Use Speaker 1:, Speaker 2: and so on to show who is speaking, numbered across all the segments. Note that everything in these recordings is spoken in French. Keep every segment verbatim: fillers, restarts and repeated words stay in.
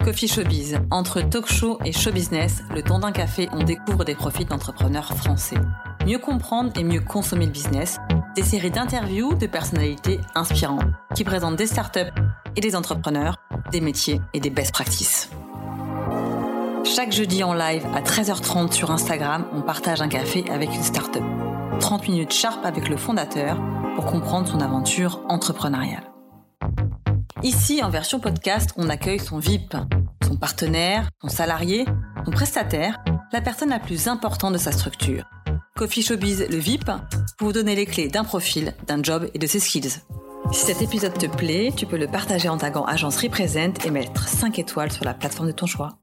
Speaker 1: Coffee Showbiz. Entre talk show et show business, le temps d'un café, on découvre des profils d'entrepreneurs français. Mieux comprendre et mieux consommer le business, des séries d'interviews de personnalités inspirantes qui présentent des startups et des entrepreneurs, des métiers et des best practices. Chaque jeudi en live à treize heures trente sur Instagram, on partage un café avec une startup. trente minutes sharp avec le fondateur pour comprendre son aventure entrepreneuriale. Ici, en version podcast, on accueille son V I P, son partenaire, son salarié, son prestataire, la personne la plus importante de sa structure. Coffee Showbiz, le V I P, pour vous donner les clés d'un profil, d'un job et de ses skills. Si cet épisode te plaît, tu peux le partager en taguant Agence Represent et mettre cinq étoiles sur la plateforme de ton choix.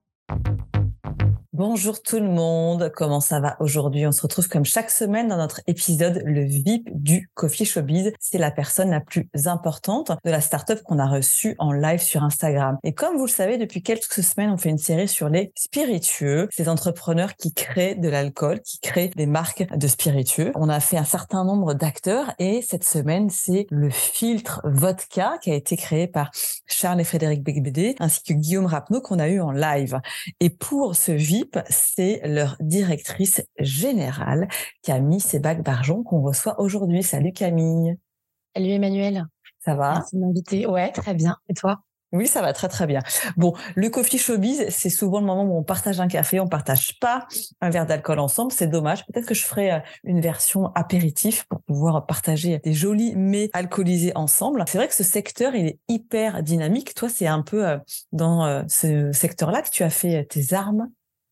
Speaker 1: Bonjour tout le monde, comment ça va aujourd'hui? On se retrouve comme chaque semaine dans notre épisode le V I P du Coffee Showbiz. C'est la personne la plus importante de la startup qu'on a reçue en live sur Instagram. Et comme vous le savez, depuis quelques semaines, on fait une série sur les spiritueux, ces entrepreneurs qui créent de l'alcool, qui créent des marques de spiritueux. On a fait un certain nombre d'acteurs et cette semaine, c'est le filtre vodka qui a été créé par Charles et Frédéric Becbédé ainsi que Guillaume Rapneau qu'on a eu en live. Et pour ce V I P, c'est leur directrice générale, Camille Sébac-Barjon, qu'on reçoit aujourd'hui. Salut Camille.
Speaker 2: Salut Emmanuel.
Speaker 1: Ça va?
Speaker 2: Merci de m'inviter. Ouais, très bien. Et toi?
Speaker 1: Oui, ça va très très bien. Bon, le Coffee Showbiz, c'est souvent le moment où on partage un café, on partage pas un verre d'alcool ensemble. C'est dommage. Peut-être que je ferai une version apéritif pour pouvoir partager des jolis mets alcoolisés ensemble. C'est vrai que ce secteur, il est hyper dynamique. Toi, c'est un peu dans ce secteur-là que tu as fait tes armes.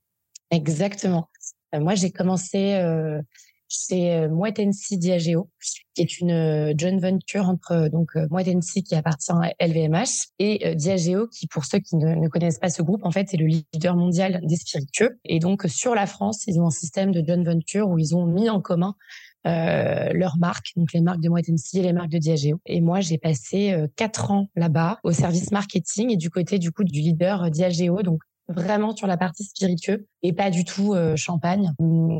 Speaker 2: Exactement. Euh, moi, j'ai commencé euh, chez euh, Moët Hennessy Diageo, qui est une euh, joint venture entre euh, donc euh, Moët Hennessy qui appartient à L V M H et euh, Diageo, qui pour ceux qui ne, ne connaissent pas ce groupe, en fait, c'est le leader mondial des spiritueux. Et donc sur la France, ils ont un système de joint venture où ils ont mis en commun Euh, leurs marques, donc les marques de Moët Hennessy et les marques de Diageo. Et moi, j'ai passé euh, quatre ans là-bas au service marketing et du côté du coup du leader euh, Diageo, donc vraiment sur la partie spiritueux et pas du tout euh, champagne.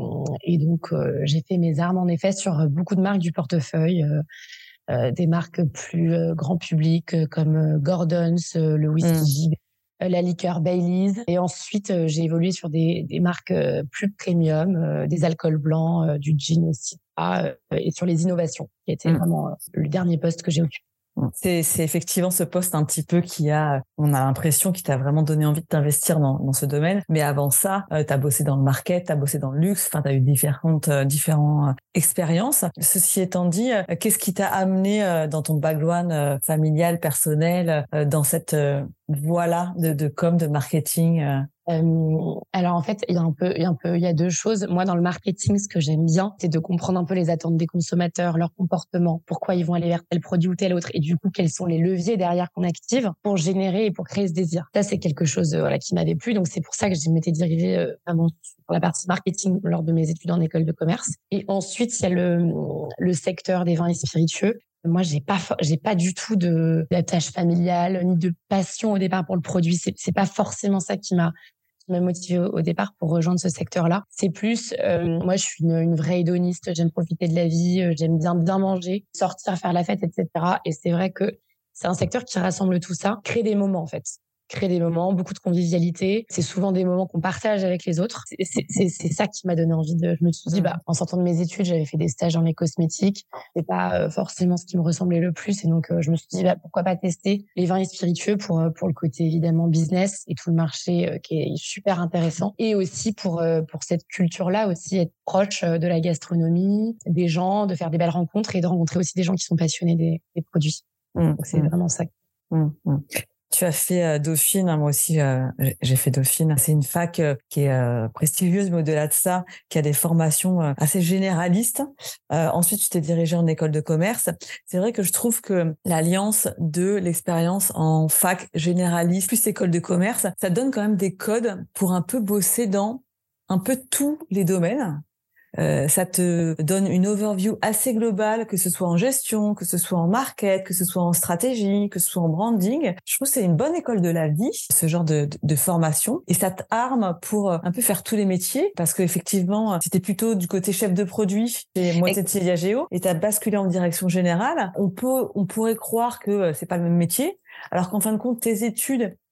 Speaker 2: Et donc euh, j'ai fait mes armes en effet sur beaucoup de marques du portefeuille, euh, euh, des marques plus euh, grand public euh, comme euh, Gordon's, euh, le whisky. Mmh. La liqueur Baileys. Et ensuite, euh, j'ai évolué sur des, des marques euh, plus premium, euh, des alcools blancs, euh, du gin aussi, euh, et sur les innovations, qui était mmh. vraiment euh, le dernier poste que j'ai occupé.
Speaker 1: C'est, c'est effectivement ce poste un petit peu qui a, on a l'impression qu'il t'a vraiment donné envie de t'investir dans, dans ce domaine. Mais avant ça, euh, t'as bossé dans le market, t'as bossé dans le luxe, enfin, t'as eu différentes, euh, différentes euh, expériences. Ceci étant dit, euh, qu'est-ce qui t'a amené euh, dans ton background euh, familial, personnel, euh, dans cette euh, voie-là de, de com, de marketing euh...
Speaker 2: Euh, alors en fait, il y a un peu, il y a un peu, il y a deux choses. Moi, dans le marketing, ce que j'aime bien, c'est de comprendre un peu les attentes des consommateurs, leur comportement, pourquoi ils vont aller vers tel produit ou tel autre, et du coup, quels sont les leviers derrière qu'on active pour générer et pour créer ce désir. Ça, c'est quelque chose, euh, voilà, qui m'avait plu. Donc c'est pour ça que je m'étais dirigée euh, vraiment sur la partie marketing lors de mes études en école de commerce. Et ensuite, il y a le le secteur des vins et spiritueux. Moi, j'ai pas, j'ai pas du tout de d'attache familiale ni de passion au départ pour le produit. C'est, c'est pas forcément ça qui m'a m'a motivée au départ pour rejoindre ce secteur-là. C'est plus, euh, moi, je suis une, une vraie hédoniste. J'aime profiter de la vie. J'aime bien bien manger, sortir, faire la fête, et cetera. Et c'est vrai que c'est un secteur qui rassemble tout ça, crée des moments en fait. Créer des moments, beaucoup de convivialité. C'est souvent des moments qu'on partage avec les autres. C'est, c'est, c'est, c'est ça qui m'a donné envie de, je me suis dit, bah, en sortant de mes études, j'avais fait des stages dans les cosmétiques. C'est pas euh, forcément ce qui me ressemblait le plus. Et donc, euh, je me suis dit, bah, pourquoi pas tester les vins et spiritueux pour, euh, pour le côté évidemment business et tout le marché euh, qui est super intéressant. Et aussi pour, euh, pour cette culture-là aussi, être proche euh, de la gastronomie, des gens, de faire des belles rencontres et de rencontrer aussi des gens qui sont passionnés des, des produits. Mmh, donc, c'est mmh. vraiment ça.
Speaker 1: Mmh, mmh. Tu as fait euh, Dauphine, hein, moi aussi euh, j'ai fait Dauphine. C'est une fac euh, qui est euh, prestigieuse, mais au-delà de ça, qui a des formations euh, assez généralistes. Euh, ensuite, tu t'es dirigée en école de commerce. C'est vrai que je trouve que l'alliance de l'expérience en fac généraliste plus école de commerce, ça donne quand même des codes pour un peu bosser dans un peu tous les domaines. Euh, ça te donne une overview assez globale, que ce soit en gestion, que ce soit en market, que ce soit en stratégie, que ce soit en branding. Je trouve que c'est une bonne école de la vie, ce genre de, de, de formation. Et ça t'arme pour un peu faire tous les métiers, parce qu'effectivement, si t'es plutôt du côté chef de produit chez Moët Hennessy Diageo et t'as basculé en direction générale, on peut, on pourrait croire que c'est pas le même métier, alors qu'en fin de compte, tes études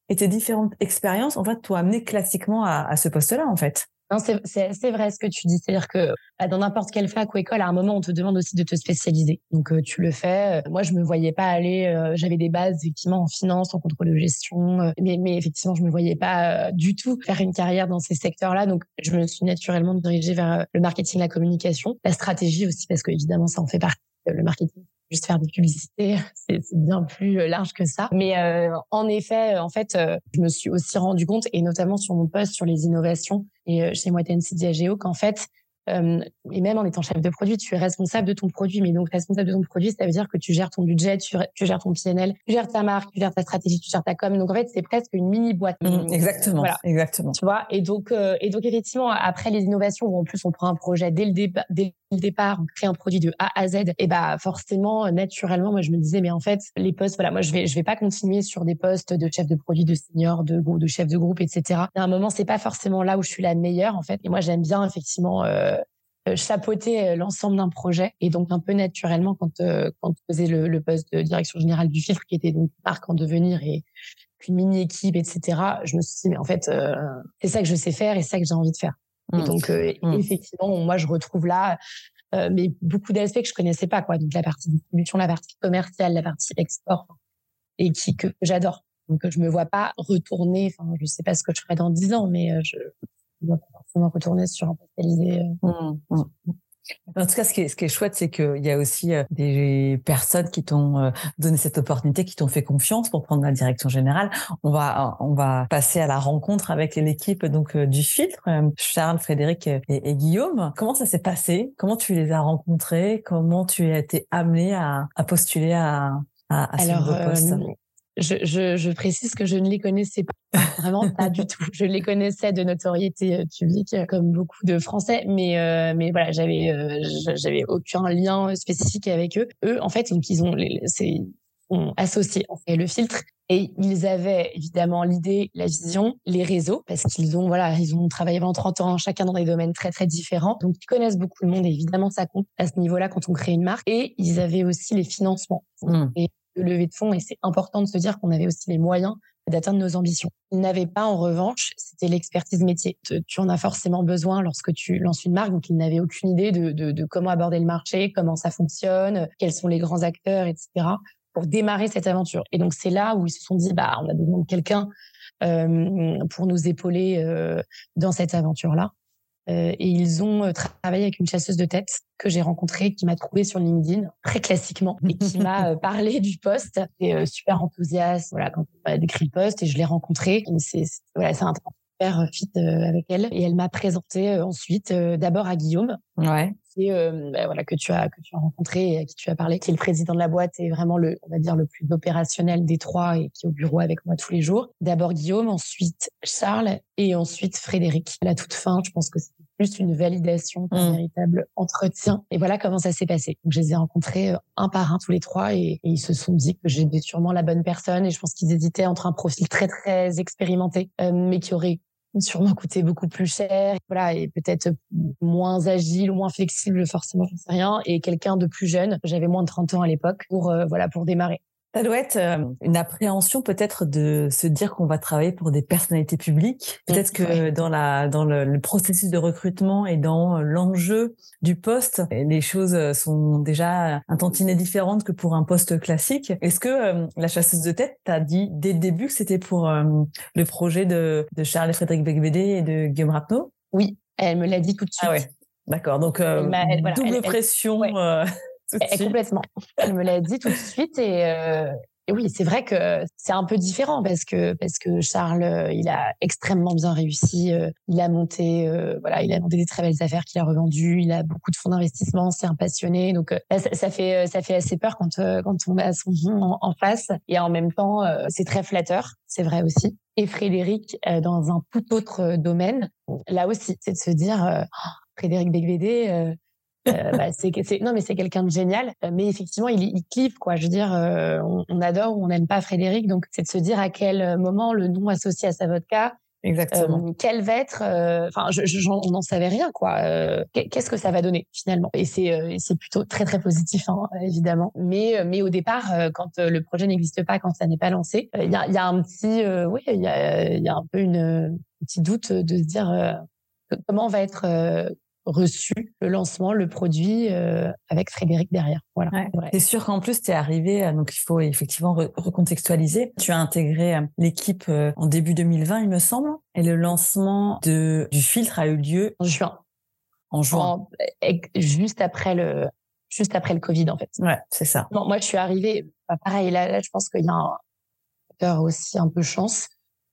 Speaker 1: et tes différentes expériences, en fait, t'ont amené classiquement à, à ce poste-là, en fait.
Speaker 2: Non, c'est, c'est, c'est vrai ce que tu dis. C'est-à-dire que dans n'importe quelle fac ou école, à un moment, on te demande aussi de te spécialiser. Donc, euh, tu le fais. Moi, je me voyais pas aller. Euh, j'avais des bases effectivement en finance, en contrôle de gestion, euh, mais, mais effectivement, je me voyais pas euh, du tout faire une carrière dans ces secteurs-là. Donc, je me suis naturellement dirigée vers euh, le marketing, la communication, la stratégie aussi, parce que évidemment, ça en fait partie. Euh, le marketing, juste faire des publicités, c'est, c'est bien plus large que ça. Mais euh, en effet, en fait, euh, je me suis aussi rendu compte, et notamment sur mon poste sur les innovations et euh, chez Moët Hennessy Diageo, qu'en fait, euh, et même en étant chef de produit, tu es responsable de ton produit. Mais donc, responsable de ton produit, ça veut dire que tu gères ton budget, tu, tu gères ton P N L, tu gères ta marque, tu gères ta stratégie, tu gères ta com. Donc, en fait, c'est presque une mini boîte.
Speaker 1: Mmh, exactement. Voilà. Exactement.
Speaker 2: Tu vois. Et donc, euh, et donc, effectivement, après les innovations, où en plus, on prend un projet dès le, déba- dès le départ, on crée un produit de A à Z, et bah, forcément, naturellement, moi, je me disais, mais en fait, les postes, voilà, moi, je vais, je vais pas continuer sur des postes de chef de produit, de senior, de, de chef de groupe, et cetera. À un moment, c'est pas forcément là où je suis la meilleure, en fait. Et moi, j'aime bien, effectivement, euh, chapeauter l'ensemble d'un projet. Et donc, un peu naturellement, quand, euh, quand on faisait le, le poste de direction générale du Filtre, qui était donc une marque en devenir et une mini-équipe, et cetera, je me suis dit, mais en fait, euh, c'est ça que je sais faire et c'est ça que j'ai envie de faire. Mmh. Et donc, euh, mmh. effectivement, moi, je retrouve là euh, mais beaucoup d'aspects que je connaissais pas, quoi. Donc, la partie distribution, la partie commerciale, la partie export, et qui, que, que j'adore. Donc, je me vois pas retourner, enfin, je sais pas ce que je ferai dans dix ans, mais euh, je ne dois pas forcément retourner sur un spécialisé. Euh.
Speaker 1: Mmh, mmh. En tout cas, ce qui est, ce qui est chouette, c'est qu'il y a aussi des personnes qui t'ont donné cette opportunité, qui t'ont fait confiance pour prendre la direction générale. On va, on va passer à la rencontre avec l'équipe donc du Filtre, Charles, Frédéric et, et Guillaume. Comment ça s'est passé? Comment tu les as rencontrés? Comment tu as été amené à, à postuler à, à, à ce
Speaker 2: Alors,
Speaker 1: nouveau poste?
Speaker 2: euh, Je, je, je précise que je ne les connaissais pas, vraiment pas du tout. Je les connaissais de notoriété publique, comme beaucoup de Français, mais euh, mais voilà, j'avais euh, j'avais aucun lien spécifique avec eux. Eux, en fait, donc ils ont les, c'est ils ont associé en fait le Filtre et ils avaient évidemment l'idée, la vision, les réseaux, parce qu'ils ont voilà, ils ont travaillé pendant trente ans, chacun dans des domaines très très différents, donc ils connaissent beaucoup le monde et évidemment ça compte à ce niveau-là quand on crée une marque. Et ils avaient aussi les financements. Mmh. Et de levée de fonds, et c'est important de se dire qu'on avait aussi les moyens d'atteindre nos ambitions. Ils n'avaient pas, en revanche, c'était l'expertise métier. Tu en as forcément besoin lorsque tu lances une marque, donc ils n'avaient aucune idée de, de, de comment aborder le marché, comment ça fonctionne, quels sont les grands acteurs, et cetera, pour démarrer cette aventure. Et donc, c'est là où ils se sont dit, bah, on a besoin de quelqu'un euh, pour nous épauler euh, dans cette aventure-là. Euh, et ils ont travaillé avec une chasseuse de tête que j'ai rencontrée, qui m'a trouvée sur LinkedIn, très classiquement, et qui m'a parlé du poste. Et euh, super enthousiaste, voilà, quand on m'a décrit le poste, et je l'ai rencontrée. Et c'est, c'est, voilà, c'est un super fit euh, avec elle. Et elle m'a présenté euh, ensuite, euh, d'abord à Guillaume.
Speaker 1: Ouais.
Speaker 2: Et euh, bah, voilà, que tu as que tu as rencontré et à qui tu as parlé, qui est le président de la boîte et vraiment le, on va dire, le plus opérationnel des trois et qui est au bureau avec moi tous les jours. D'abord Guillaume, ensuite Charles et ensuite Frédéric. À la toute fin, je pense que c'est plus une validation qu'un mmh. véritable entretien. Et voilà comment ça s'est passé. Donc je les ai rencontrés un par un tous les trois et, et ils se sont dit que j'étais sûrement la bonne personne. Et je pense qu'ils hésitaient entre un profil très très expérimenté, euh, mais qui aurait sûrement coûté beaucoup plus cher, voilà, et peut-être moins agile ou moins flexible, forcément, j'en sais rien, et quelqu'un de plus jeune. J'avais moins de trente ans à l'époque pour, euh, voilà, pour démarrer.
Speaker 1: Ça doit être euh, une appréhension peut-être de se dire qu'on va travailler pour des personnalités publiques. Peut-être que ouais. dans la dans le, le processus de recrutement et dans l'enjeu du poste, les choses sont déjà un tantinet différentes que pour un poste classique. Est-ce que euh, la chasseuse de tête t'a dit dès le début que c'était pour euh, le projet de, de Charles et Frédéric Becbédé et de Guillaume Rapneau?
Speaker 2: Oui, elle me l'a dit tout de suite.
Speaker 1: Ah ouais, d'accord. Donc euh, elle elle, voilà, double elle, pression. Elle, ouais. euh...
Speaker 2: Et complètement. Elle me l'a dit tout de suite et, euh, et oui, c'est vrai que c'est un peu différent parce que parce que Charles, il a extrêmement bien réussi. Euh, il a monté, euh, voilà, il a monté des très belles affaires qu'il a revendues. Il a beaucoup de fonds d'investissement. C'est un passionné. Donc euh, ça, ça fait ça fait assez peur quand euh, quand on a son nom en, en face. Et en même temps, euh, c'est très flatteur. C'est vrai aussi. Et Frédéric, euh, dans un tout autre domaine, là aussi, c'est de se dire euh, oh, Frédéric Becbédé. Euh, Euh, bah, c'est, c'est, non, mais c'est quelqu'un de génial. Mais effectivement, il, il kiffe, quoi. Je veux dire, euh, on, on adore ou on n'aime pas Frédéric. Donc, c'est de se dire à quel moment le nom associé à sa vodka
Speaker 1: Exactement.
Speaker 2: Euh, quelle va être, enfin, euh, on n'en savait rien, quoi. Euh, qu'est-ce que ça va donner finalement? Et c'est, euh, c'est plutôt très très positif, hein, évidemment. Mais, mais au départ, euh, quand le projet n'existe pas, quand ça n'est pas lancé, il euh, y, a, y a un petit, euh, oui, il y a, y a un peu une, un petit doute de se dire euh, comment va être euh, reçu le lancement, le produit euh, avec Frédéric derrière. Voilà.
Speaker 1: Ouais. C'est sûr qu'en plus, tu es arrivé, donc il faut effectivement re- recontextualiser. Tu as intégré l'équipe en début deux mille vingt, il me semble, et le lancement de, du filtre a eu lieu
Speaker 2: en juin.
Speaker 1: En juin.
Speaker 2: En, juste après le, juste après le Covid, en fait.
Speaker 1: Ouais, c'est ça.
Speaker 2: Non, moi, je suis arrivée, bah, pareil, là, là, je pense qu'il y a un facteur aussi un peu chance.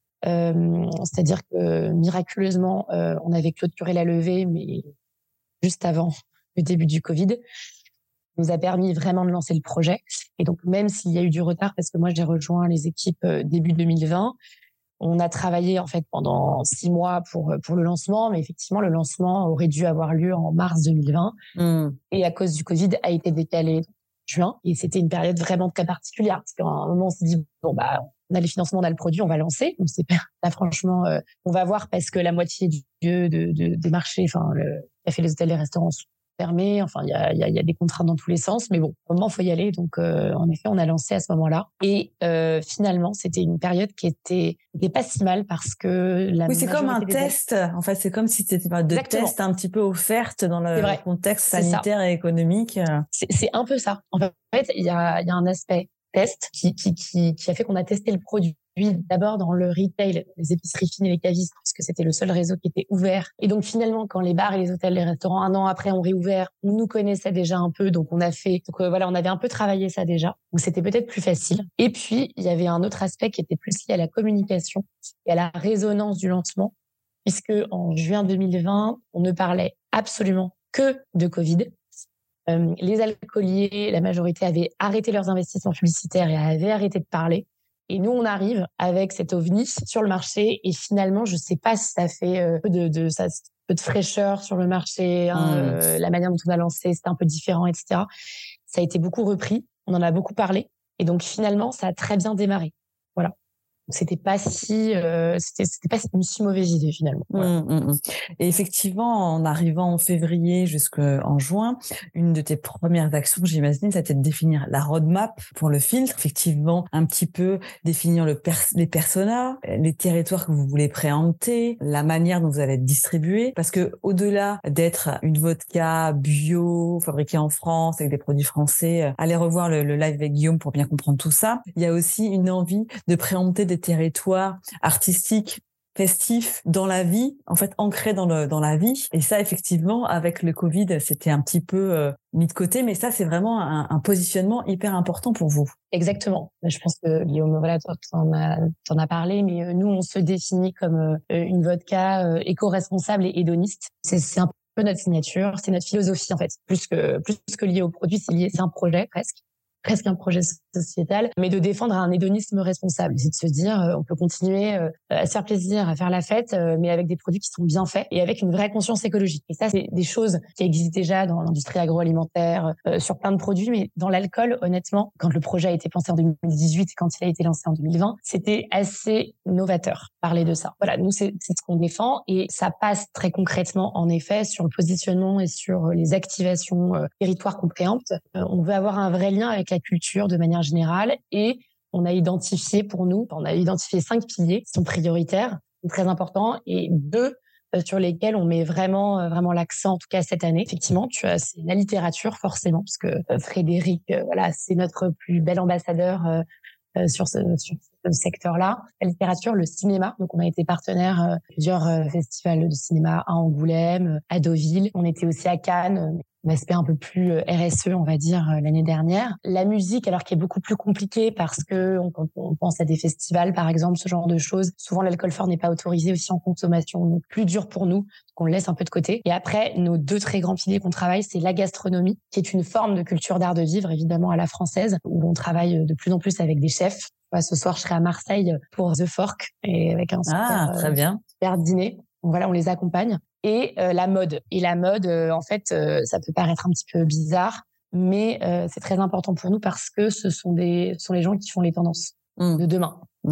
Speaker 2: Euh, c'est-à-dire que miraculeusement, euh, on avait clôturé la levée, mais juste avant le début du Covid, nous a permis vraiment de lancer le projet. Et donc, même s'il y a eu du retard, parce que moi, j'ai rejoint les équipes début deux mille vingt, on a travaillé en fait pendant six mois pour pour le lancement, mais effectivement, le lancement aurait dû avoir lieu en mars deux mille vingt, mmh. et à cause du Covid, a été décalé en juin. Et c'était une période vraiment très particulière, parce qu'à un moment, on s'est dit bon bah, on a les financements, on a le produit, on va lancer. On s'est là, franchement, euh, on va voir, parce que la moitié du de, de, des marchés, enfin, le café, les hôtels, les restaurants sont fermés. Enfin, il y a, y, a, y a des contraintes dans tous les sens, mais bon, au moment, il faut y aller. Donc, euh, en effet, on a lancé à ce moment-là. Et euh, finalement, c'était une période qui était, qui était pas si mal, parce que la
Speaker 1: oui, c'est comme un
Speaker 2: des...
Speaker 1: test. En fait, c'est comme si c'était de
Speaker 2: Exactement.
Speaker 1: tests un petit peu offertes dans le contexte sanitaire et économique.
Speaker 2: C'est, c'est un peu ça. En fait, il y a, y a un aspect test qui, qui, qui, qui a fait qu'on a testé le produit d'abord dans le retail, les épiceries fines et les cavistes, parce que c'était le seul réseau qui était ouvert. Et donc finalement, quand les bars et les hôtels, les restaurants, un an après, ont réouvert, on nous connaissait déjà un peu, donc on a fait, donc euh, voilà, on avait un peu travaillé ça déjà, donc c'était peut-être plus facile. Et puis il y avait un autre aspect qui était plus lié à la communication et à la résonance du lancement, puisque en juin deux mille vingt, on ne parlait absolument que de Covid. Euh, les alcooliers, la majorité avaient arrêté leurs investissements publicitaires et avaient arrêté de parler. Et nous, on arrive avec cet ovni sur le marché, et finalement, je sais pas si ça fait euh, peu de, de ça, peu de fraîcheur sur le marché, hein, mmh. euh, la manière dont on a lancé, c'était un peu différent, et cetera. Ça a été beaucoup repris, on en a beaucoup parlé, et donc finalement, ça a très bien démarré. Voilà. C'était pas si, euh, c'était, c'était pas une si mauvaise idée finalement. Voilà.
Speaker 1: Mmh, mmh. Et effectivement, en arrivant en février jusqu'en juin, une de tes premières actions, j'imagine, c'était de définir la roadmap pour le filtre. Effectivement, un petit peu définir le pers- les personas, les territoires que vous voulez préempter, la manière dont vous allez être distribué. Parce que au-delà d'être une vodka bio, fabriquée en France avec des produits français, allez revoir le, le live avec Guillaume pour bien comprendre tout ça. Il y a aussi une envie de préempter des territoires artistiques, festifs, dans la vie, en fait ancrés dans le dans la vie. Et ça, effectivement, avec le Covid, c'était un petit peu euh, mis de côté, mais ça, c'est vraiment un, un positionnement hyper important pour vous.
Speaker 2: Exactement. Je pense que Guillaume, voilà, t'en as t'en as parlé, mais nous, on se définit comme euh, une vodka euh, éco-responsable et hédoniste. C'est, c'est un peu notre signature, c'est notre philosophie en fait, plus que plus que lié au produit, c'est lié, c'est un projet presque. presque un projet sociétal, mais de défendre un hédonisme responsable. C'est de se dire, euh, on peut continuer euh, à se faire plaisir, à faire la fête, euh, mais avec des produits qui sont bien faits et avec une vraie conscience écologique. Et ça, c'est des choses qui existent déjà dans l'industrie agroalimentaire, euh, sur plein de produits, mais dans l'alcool, honnêtement, quand le projet a été pensé en deux mille dix-huit et quand il a été lancé en deux mille vingt, c'était assez novateur, parler de ça. Voilà, nous, c'est, c'est ce qu'on défend, et ça passe très concrètement, en effet, sur le positionnement et sur les activations euh, territoires qu'on préempte. Euh, on veut avoir un vrai lien avec la culture de manière générale, et on a identifié pour nous, on a identifié cinq piliers qui sont prioritaires, très importants, et deux euh, sur lesquels on met vraiment euh, vraiment l'accent, en tout cas cette année. Effectivement, tu as, c'est la littérature forcément, parce que euh, Frédéric, euh, voilà, c'est notre plus bel ambassadeur euh, euh, sur ce sur ce secteur-là. La littérature, le cinéma. Donc, on a été partenaire euh, plusieurs euh, festivals de cinéma à Angoulême, à Deauville. On était aussi à Cannes, un aspect un peu plus R S E, on va dire, l'année dernière. La musique, alors qui est beaucoup plus compliquée, parce que on, quand on pense à des festivals, par exemple, ce genre de choses, souvent l'alcool fort n'est pas autorisé aussi en consommation, donc plus dur pour nous, qu'on le laisse un peu de côté. Et après, nos deux très grands piliers qu'on travaille, c'est la gastronomie, qui est une forme de culture d'art de vivre, évidemment à la française, où on travaille de plus en plus avec des chefs. Ce soir, je serai à Marseille pour The Fork, et avec un super,
Speaker 1: ah, très bien.
Speaker 2: euh, super dîner. Donc voilà, on les accompagne. Et euh, la mode. Et la mode, euh, en fait, euh, ça peut paraître un petit peu bizarre, mais euh, c'est très important pour nous, parce que ce sont des, ce sont les gens qui font les tendances mmh. de demain. Mmh.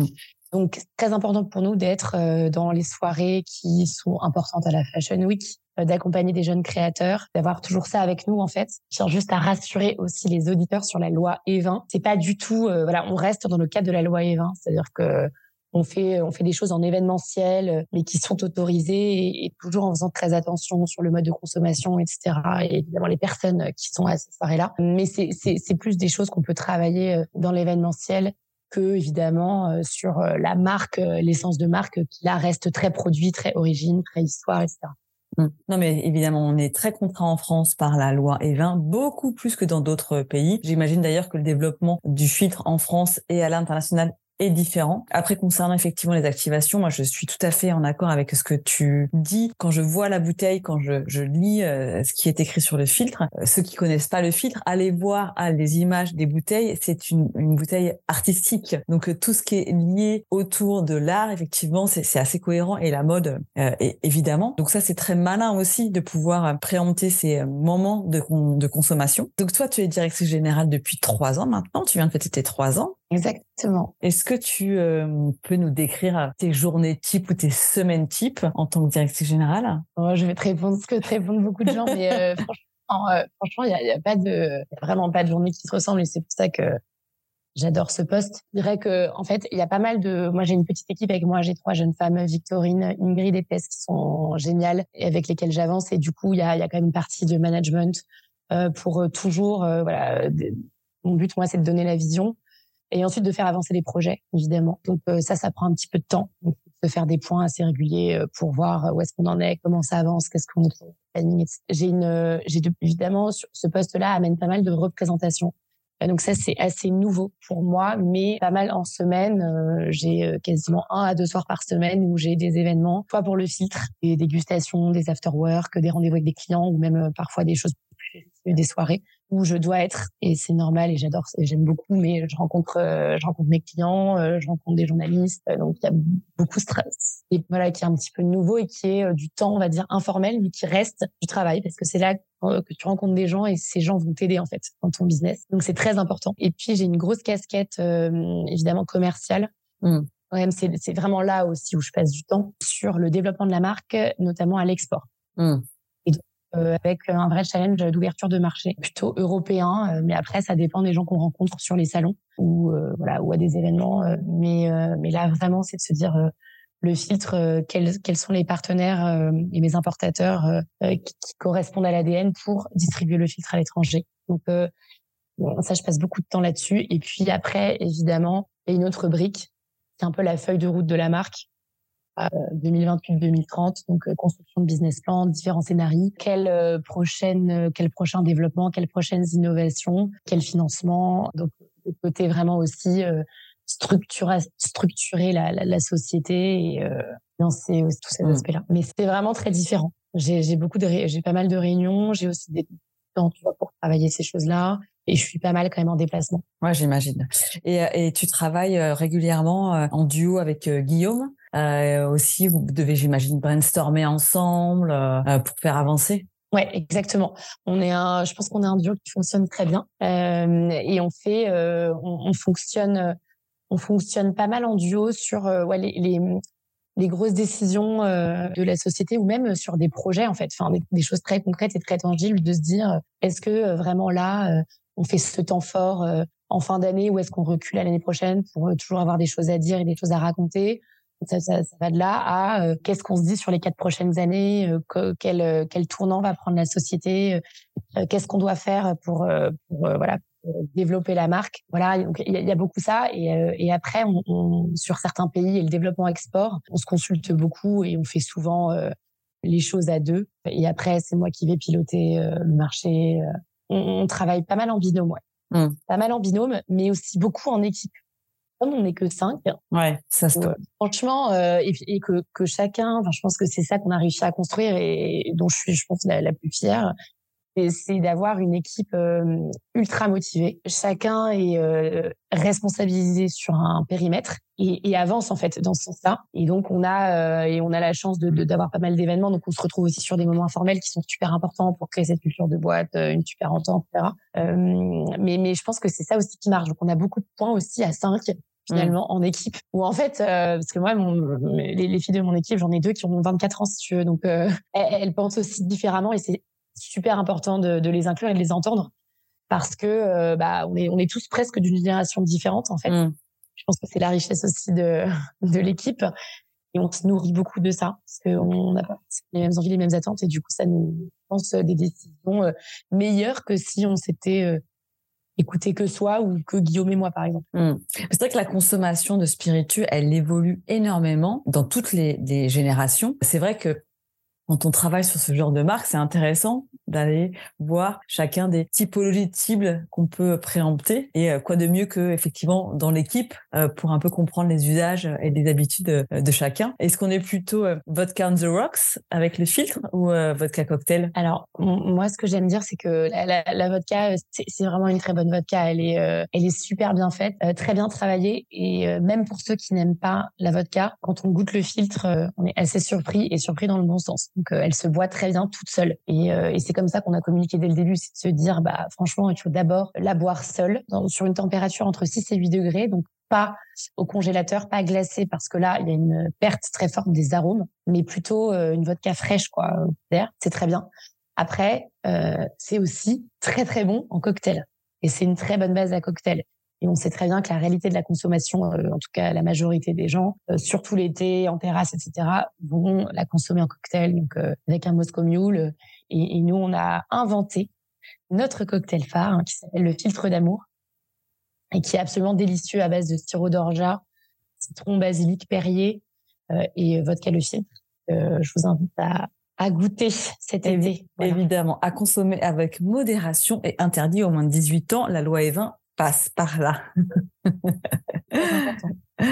Speaker 2: Donc, c'est très important pour nous d'être euh, dans les soirées qui sont importantes à la Fashion Week, euh, d'accompagner des jeunes créateurs, d'avoir toujours ça avec nous, en fait. Je tiens juste à rassurer aussi les auditeurs sur la loi E vingt. C'est pas du tout, euh, voilà, on reste dans le cadre de la loi E vingt. C'est-à-dire que on fait, on fait des choses en événementiel, mais qui sont autorisées et, et toujours en faisant très attention sur le mode de consommation, et cetera. Et évidemment, les personnes qui sont à ces soirées-là. Mais c'est, c'est, c'est plus des choses qu'on peut travailler dans l'événementiel que évidemment euh, sur euh, la marque, euh, l'essence de marque qui là reste très produit, très origine, très histoire, et cetera.
Speaker 1: Non, mais évidemment, on est très contraint en France par la loi E vingt, beaucoup plus que dans d'autres pays. J'imagine d'ailleurs que le développement du filtre en France et à l'international est différent. Après, concernant effectivement les activations, moi, je suis tout à fait en accord avec ce que tu dis. Quand je vois la bouteille, quand je, je lis euh, ce qui est écrit sur le filtre, euh, ceux qui connaissent pas le filtre, allez voir ah, les images des bouteilles. C'est une, une bouteille artistique. Donc, euh, tout ce qui est lié autour de l'art, effectivement, c'est, c'est assez cohérent et la mode, euh, est, évidemment. Donc, ça, c'est très malin aussi de pouvoir préempter ces moments de, de consommation. Donc, toi, tu es directrice générale depuis trois ans maintenant. Tu viens de fêter tes trois ans.
Speaker 2: Exactement.
Speaker 1: Est-ce que tu euh, peux nous décrire tes journées type ou tes semaines type en tant que directrice générale?
Speaker 2: Oh, je vais te répondre ce que te répondent beaucoup de gens, mais euh, franchement, euh, franchement, il y a, y a pas de, y a vraiment pas de journée qui se ressemble et c'est pour ça que j'adore ce poste. Je dirais que, en fait, il y a pas mal de, moi, j'ai une petite équipe avec moi, j'ai trois jeunes femmes, Victorine, Ingrid et Tess, qui sont géniales et avec lesquelles j'avance. Et du coup, il y a, il y a quand même une partie de management, euh, pour toujours, euh, voilà, de, mon but, moi, c'est de donner la vision. Et ensuite de faire avancer les projets, évidemment. Donc euh, ça, ça prend un petit peu de temps. Donc, de faire des points assez réguliers euh, pour voir où est-ce qu'on en est, comment ça avance, qu'est-ce qu'on fait. J'ai une, j'ai de, évidemment sur ce poste-là amène pas mal de représentations. Euh, donc ça, c'est assez nouveau pour moi, mais pas mal en semaine. Euh, j'ai euh, quasiment un à deux soirs par semaine où j'ai des événements, soit pour le filtre, des dégustations, des after-work, des rendez-vous avec des clients ou même euh, parfois des choses plus, des soirées où je dois être et c'est normal et j'adore, j'aime beaucoup, mais je rencontre, euh, je rencontre mes clients, euh, je rencontre des journalistes, euh, donc il y a beaucoup de stress et voilà qui est un petit peu nouveau et qui est euh, du temps, on va dire informel, mais qui reste du travail parce que c'est là euh, que tu rencontres des gens et ces gens vont t'aider en fait dans ton business, donc c'est très important. Et puis j'ai une grosse casquette euh, évidemment commerciale. Mmh. Ouais, c'est, c'est vraiment là aussi où je passe du temps sur le développement de la marque, notamment à l'export. Mmh. Euh, avec un vrai challenge d'ouverture de marché plutôt européen, euh, mais après ça dépend des gens qu'on rencontre sur les salons ou euh, voilà ou à des événements, euh, mais euh, mais là vraiment c'est de se dire euh, le filtre, euh, quels quels sont les partenaires euh, et mes importateurs euh, qui, qui correspondent à l'A D N pour distribuer le filtre à l'étranger. Donc euh, bon, ça je passe beaucoup de temps là-dessus et puis après évidemment il y a une autre brique, c'est un peu la feuille de route de la marque. deux mille vingt-huit deux mille trente, donc euh, construction de business plan, différents scénarios, quelle euh, prochaine, euh, quel prochain développement, quelles prochaines innovations, quel financement. Donc le côté vraiment aussi euh, structurer, structurer la, la, la société et euh, lancer aussi tous ces mmh. aspects-là. Mais c'est vraiment très différent. J'ai, j'ai beaucoup de, ré... j'ai pas mal de réunions, j'ai aussi des temps tu vois, pour travailler ces choses-là. Et je suis pas mal quand même en déplacement.
Speaker 1: Ouais, j'imagine. Et, et tu travailles régulièrement en duo avec Guillaume. Euh, aussi, vous devez, j'imagine, brainstormer ensemble euh, pour faire avancer.
Speaker 2: Ouais, exactement. On est un, je pense qu'on est un duo qui fonctionne très bien euh, et on fait, euh, on, on fonctionne, on fonctionne pas mal en duo sur euh, ouais, les, les les grosses décisions euh, de la société ou même sur des projets en fait, enfin des, des choses très concrètes et très tangibles de se dire est-ce que euh, vraiment là euh, on fait ce temps fort euh, en fin d'année ou est-ce qu'on recule à l'année prochaine pour euh, toujours avoir des choses à dire et des choses à raconter. Ça, ça, ça va de là à euh, qu'est-ce qu'on se dit sur les quatre prochaines années, euh, que, quel, euh, quel tournant va prendre la société, euh, qu'est-ce qu'on doit faire pour, euh, pour euh, voilà pour développer la marque. Voilà, donc il y, y a beaucoup ça et, euh, et après on, on, sur certains pays et le développement export, on se consulte beaucoup et on fait souvent euh, les choses à deux. Et après c'est moi qui vais piloter euh, le marché. On, on travaille pas mal en binôme, ouais. Mmh. Pas mal en binôme, mais aussi beaucoup en équipe. Comme on n'est que cinq,
Speaker 1: ouais, ça se
Speaker 2: euh, franchement, euh, et, et que, que chacun, enfin, je pense que c'est ça qu'on a réussi à construire et, et dont je suis, je pense, la, la plus fière, c'est, c'est d'avoir une équipe euh, ultra motivée. Chacun est euh, responsabilisé sur un périmètre et, et avance en fait dans ce sens-là. Et donc on a euh, et on a la chance de, de d'avoir pas mal d'événements, donc on se retrouve aussi sur des moments informels qui sont super importants pour créer cette culture de boîte, une super entente, et cetera. Euh, mais mais je pense que c'est ça aussi qui marche. Donc on a beaucoup de points aussi à cinq. finalement mmh. en équipe. Ou en fait, euh, parce que moi, mon, les, les filles de mon équipe, j'en ai deux qui ont vingt-quatre ans si tu veux, donc euh, elles, elles pensent aussi différemment et c'est super important de, de les inclure et de les entendre parce que euh, bah on est on est tous presque d'une génération différente en fait. Mmh. Je pense que c'est la richesse aussi de de l'équipe et on se nourrit beaucoup de ça parce qu'on n'a pas les mêmes envies, les mêmes attentes et du coup ça nous pense des décisions euh, meilleures que si on s'était euh, écouter que soi ou que Guillaume et moi, par exemple.
Speaker 1: Mmh. C'est vrai que la consommation de spiritueux, elle évolue énormément dans toutes les, les générations. C'est vrai que quand on travaille sur ce genre de marque, c'est intéressant d'aller voir chacun des typologies de cibles qu'on peut préempter et quoi de mieux que effectivement dans l'équipe pour un peu comprendre les usages et les habitudes de chacun. Est-ce qu'on est plutôt vodka on the rocks avec le filtre ou vodka cocktail?
Speaker 2: Alors moi, ce que j'aime dire, c'est que la, la, la vodka, c'est, c'est vraiment une très bonne vodka. Elle est, euh, elle est super bien faite, euh, très bien travaillée et euh, même pour ceux qui n'aiment pas la vodka, quand on goûte le filtre, euh, on est assez surpris et surpris dans le bon sens. Donc, euh, elle se boit très bien toute seule. Et, euh, et c'est comme ça qu'on a communiqué dès le début, c'est de se dire, bah, franchement, il faut d'abord la boire seule, dans, sur une température entre six et huit degrés. Donc, pas au congélateur, pas glacée, parce que là, il y a une perte très forte des arômes, mais plutôt euh, une vodka fraîche, quoi. C'est très bien. Après, euh, c'est aussi très, très bon en cocktail. Et c'est une très bonne base à cocktail. Et on sait très bien que la réalité de la consommation, euh, en tout cas la majorité des gens, euh, surtout l'été, en terrasse, et cetera, vont la consommer en cocktail, donc euh, avec un Moscow Mule. Et, et nous, on a inventé notre cocktail phare hein, qui s'appelle le filtre d'amour et qui est absolument délicieux à base de sirop d'orgeat, citron, basilic, perrier euh, et vodka le filtre. Euh, je vous invite à, à goûter cet
Speaker 1: Évi-
Speaker 2: été. Voilà.
Speaker 1: Évidemment, à consommer avec modération et interdit aux moins de dix-huit ans. La loi Evin passe par là.
Speaker 2: C'est important.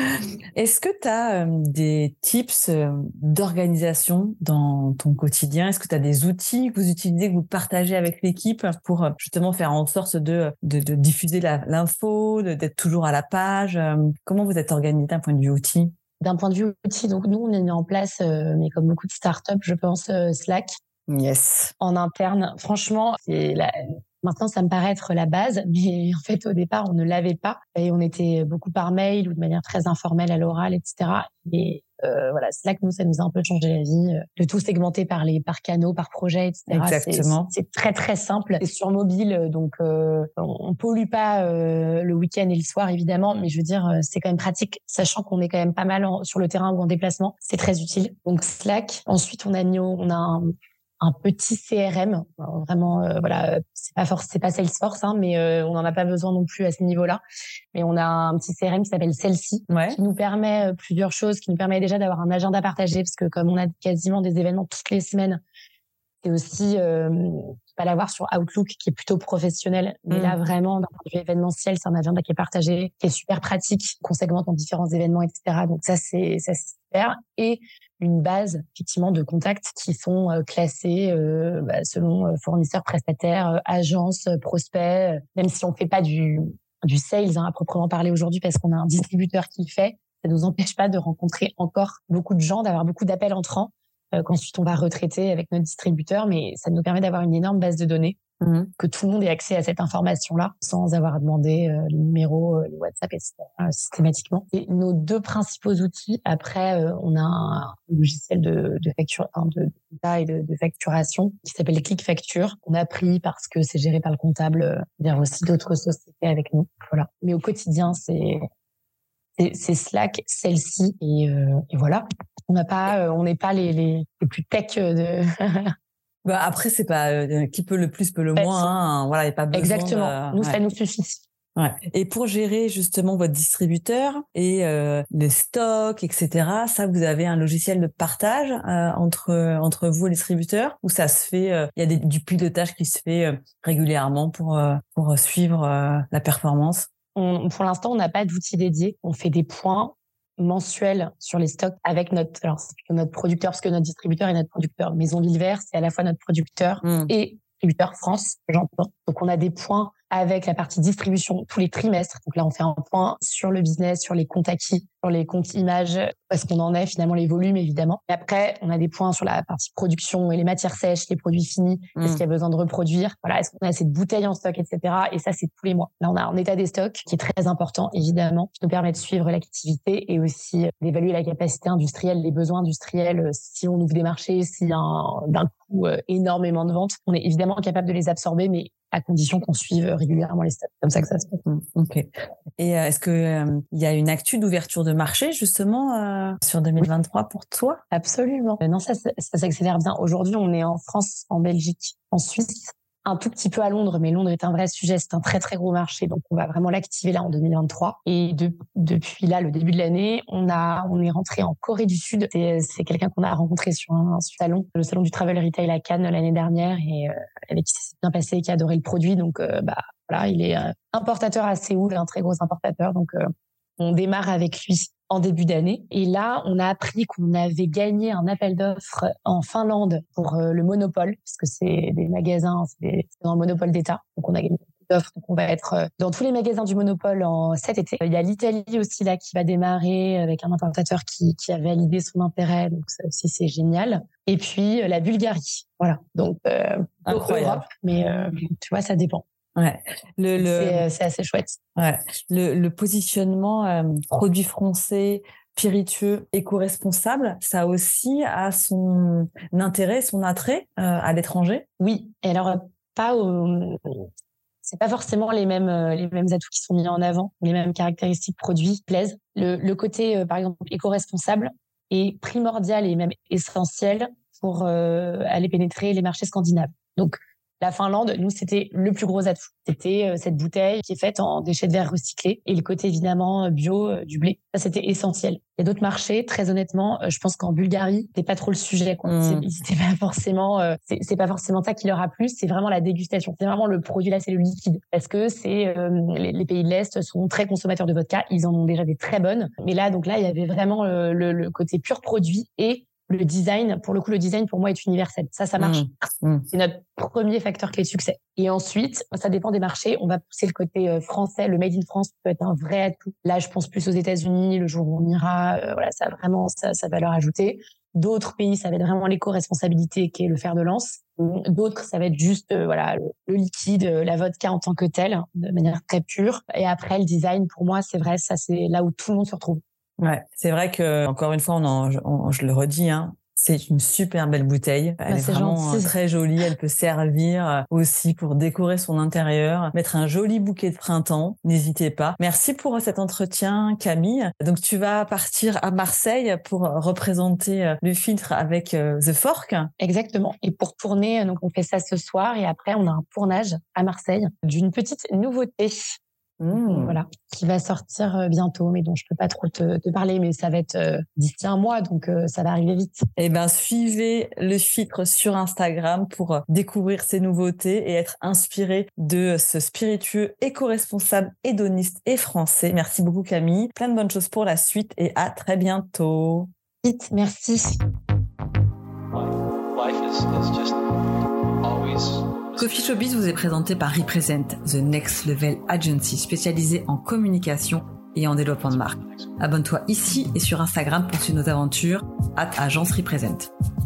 Speaker 1: Est-ce que tu as euh, des tips euh, d'organisation dans ton quotidien? Est-ce que tu as des outils que vous utilisez, que vous partagez avec l'équipe pour euh, justement faire en sorte de, de, de diffuser la, l'info, de, d'être toujours à la page? euh, Comment vous êtes organisé d'un point de vue outil?
Speaker 2: D'un point de vue outil, donc nous, on a mis en place, euh, mais comme beaucoup de startups, je pense, euh, Slack.
Speaker 1: Yes.
Speaker 2: En interne. Franchement, c'est la... maintenant, ça me paraît être la base, mais en fait, au départ, on ne l'avait pas. Et on était beaucoup par mail ou de manière très informelle à l'oral, et cetera. Et euh, voilà, Slack, nous, ça nous a un peu changé la vie. De tout segmenter par les par canaux, par projet, et cetera.
Speaker 1: Exactement.
Speaker 2: C'est, c'est très, très simple. C'est sur mobile, donc euh, on pollue pas euh, le week-end et le soir, évidemment, mais je veux dire, c'est quand même pratique, sachant qu'on est quand même pas mal en, sur le terrain ou en déplacement. C'est très utile. Donc Slack. Ensuite, on a mis, on a un un petit C R M, vraiment euh, voilà, c'est pas force, c'est pas Salesforce, hein, mais euh, on n'en a pas besoin non plus à ce niveau-là. Mais on a un petit C R M qui s'appelle Celle-ci, ouais. qui nous permet plusieurs choses, qui nous permet déjà d'avoir un agenda partagé, parce que comme on a quasiment des événements toutes les semaines, c'est aussi euh, pas l'avoir sur Outlook qui est plutôt professionnel, mais mmh. là vraiment d'un point de vue événementiel, c'est un agenda qui est partagé, qui est super pratique, qu'on segmente en différents événements, et cetera. Donc ça c'est ça c'est super. Et une base effectivement de contacts qui sont euh, classés euh, bah, selon euh, fournisseurs, prestataires, euh, agences, euh, prospects. Euh, même si on fait pas du du sales hein, à proprement parler aujourd'hui parce qu'on a un distributeur qui le fait, ça nous empêche pas de rencontrer encore beaucoup de gens, d'avoir beaucoup d'appels entrants euh, qu'ensuite on va retraiter avec notre distributeur, mais ça nous permet d'avoir une énorme base de données. Mmh. Que tout le monde ait accès à cette information-là sans avoir à demander euh, les numéros, euh, les WhatsApp, et cetera euh, systématiquement. Et nos deux principaux outils, après, euh, on a un logiciel de, de facture, hein, de data et de, de facturation qui s'appelle Click Facture. On a pris parce que c'est géré par le comptable euh, vers aussi d'autres sociétés avec nous. Voilà. Mais au quotidien, c'est c'est, c'est Slack, Celle-ci et, euh, et voilà. On n'a pas, euh, on n'est pas les, les, les plus tech de.
Speaker 1: Bah après, c'est pas euh, qui peut le plus peut le moins. Hein. Voilà, il n'y a pas besoin.
Speaker 2: Exactement.
Speaker 1: De...
Speaker 2: Nous,
Speaker 1: ouais.
Speaker 2: ça nous suffit.
Speaker 1: Ouais. Et pour gérer justement votre distributeur et euh, les stocks, et cetera, ça, vous avez un logiciel de partage euh, entre entre vous et les distributeurs ou ça se fait. Il euh, y a des, du pilotage qui se fait euh, régulièrement pour euh, pour suivre euh, la performance.
Speaker 2: On, pour l'instant, on n'a pas d'outils dédiés. On fait des points mensuels sur les stocks avec notre, alors c'est notre producteur, parce que notre distributeur est notre producteur. Maison Villevert, c'est à la fois notre producteur mmh. et distributeur France, j'entends. Donc, on a des points avec la partie distribution tous les trimestres. Donc là, on fait un point sur le business, sur les comptes acquis, sur les comptes images, parce qu'on en est finalement les volumes, évidemment. Et après, on a des points sur la partie production et les matières sèches, les produits finis. Mmh. Est-ce qu'il y a besoin de reproduire? Voilà, est-ce qu'on a assez de bouteilles en stock, et cetera. Et ça, c'est tous les mois. Là, on a un état des stocks qui est très important, évidemment, qui nous permet de suivre l'activité et aussi d'évaluer la capacité industrielle, les besoins industriels, si on ouvre des marchés, s'il y a un, d'un coup euh, énormément de ventes. On est évidemment capable de les absorber, mais à condition qu'on suive régulièrement les stocks. Comme ça que ça se passe.
Speaker 1: Mmh, ok. Et euh, est-ce que euh, il y a une actu d'ouverture de marché justement euh, sur deux mille vingt-trois pour toi?
Speaker 2: Absolument. Euh, non, ça, ça, ça s'accélère bien. Aujourd'hui, on est en France, en Belgique, en Suisse, un tout petit peu à Londres, mais Londres est un vrai sujet, c'est un très très gros marché, donc on va vraiment l'activer là en deux mille vingt-trois. Et de, depuis là, le début de l'année, on a on est rentré en Corée du Sud. C'est, c'est quelqu'un qu'on a rencontré sur un, un salon, le salon du Travel Retail à Cannes l'année dernière, et euh, avec qui s'est bien passé, qui a adoré le produit. Donc euh, bah voilà, il est euh, importateur à Séoul, un très gros importateur. Donc euh, on démarre avec lui en début d'année. Et là, on a appris qu'on avait gagné un appel d'offres en Finlande pour euh, le Monopole, parce que c'est des magasins, c'est, des, c'est dans le Monopole d'État. Donc, on a gagné un appel d'offres. Donc, on va être euh, dans tous les magasins du Monopole en cet été. Il y a l'Italie aussi, là, qui va démarrer avec un importateur qui, qui a validé son intérêt. Donc, ça aussi, c'est génial. Et puis, euh, la Bulgarie. Voilà. Donc, euh,
Speaker 1: incroyable.
Speaker 2: Europe, mais euh, tu vois, ça dépend.
Speaker 1: Ouais, le, le
Speaker 2: c'est, c'est assez chouette.
Speaker 1: Ouais, le, le positionnement euh, produit français, spiritueux, éco-responsable, ça aussi a son intérêt, son attrait euh, à l'étranger.
Speaker 2: Oui, et alors pas au, c'est pas forcément les mêmes les mêmes atouts qui sont mis en avant, les mêmes caractéristiques produits plaisent. Le, le côté euh, par exemple éco-responsable est primordial et même essentiel pour euh, aller pénétrer les marchés scandinaves. Donc la Finlande, nous, c'était le plus gros atout. C'était euh, cette bouteille qui est faite en déchets de verre recyclés et le côté évidemment bio euh, du blé. Ça, c'était essentiel. Il y a d'autres marchés, très honnêtement, euh, je pense qu'en Bulgarie, c'était pas trop le sujet. Quoi. Mmh. C'est, c'était pas forcément, euh, c'est, c'est pas forcément ça qui leur a plu. C'est vraiment la dégustation. C'est vraiment le produit là, c'est le liquide. Parce que c'est euh, les, les pays de l'Est sont très consommateurs de vodka. Ils en ont déjà des très bonnes. Mais là, donc là, il y avait vraiment le, le, le côté pur produit et le design. Pour le coup, le design, pour moi, est universel. Ça, ça marche. Mmh. Mmh. C'est notre premier facteur clé de succès. Et ensuite, ça dépend des marchés. On va pousser le côté euh, français. Le Made in France peut être un vrai atout. Là, je pense plus aux États-Unis. Le jour où on ira, euh, voilà, ça a vraiment sa, sa valeur ajoutée. D'autres pays, ça va être vraiment l'éco-responsabilité qui est le fer de lance. D'autres, ça va être juste euh, voilà le, le liquide, euh, la vodka en tant que telle, de manière très pure. Et après, le design, pour moi, c'est vrai, ça, c'est là où tout le monde se retrouve.
Speaker 1: Ouais, c'est vrai que encore une fois, on en, on, je le redis, hein, c'est une super belle bouteille. Elle bah, est vraiment gentil. Très jolie. Elle peut servir aussi pour décorer son intérieur, mettre un joli bouquet de printemps. N'hésitez pas. Merci pour cet entretien, Camille. Donc, tu vas partir à Marseille pour représenter le filtre avec The Fork.
Speaker 2: Exactement. Et pour tourner, donc on fait ça ce soir et après on a un tournage à Marseille d'une petite nouveauté. Mmh. Voilà, qui va sortir bientôt, mais dont je peux pas trop te, te parler, mais ça va être euh, d'ici un mois, donc euh, ça va arriver vite.
Speaker 1: Eh ben, suivez le filtre sur Instagram pour découvrir ces nouveautés et être inspiré de ce spiritueux éco-responsable, hédoniste et français. Merci beaucoup, Camille. Plein de bonnes choses pour la suite et à très bientôt.
Speaker 2: Vite, merci.
Speaker 3: Life is, is just always...
Speaker 1: Coffee Showbiz vous est présenté par Represent, The Next Level Agency spécialisée en communication et en développement de marque. Abonne-toi ici et sur Instagram pour suivre nos aventures, at Agence Represent.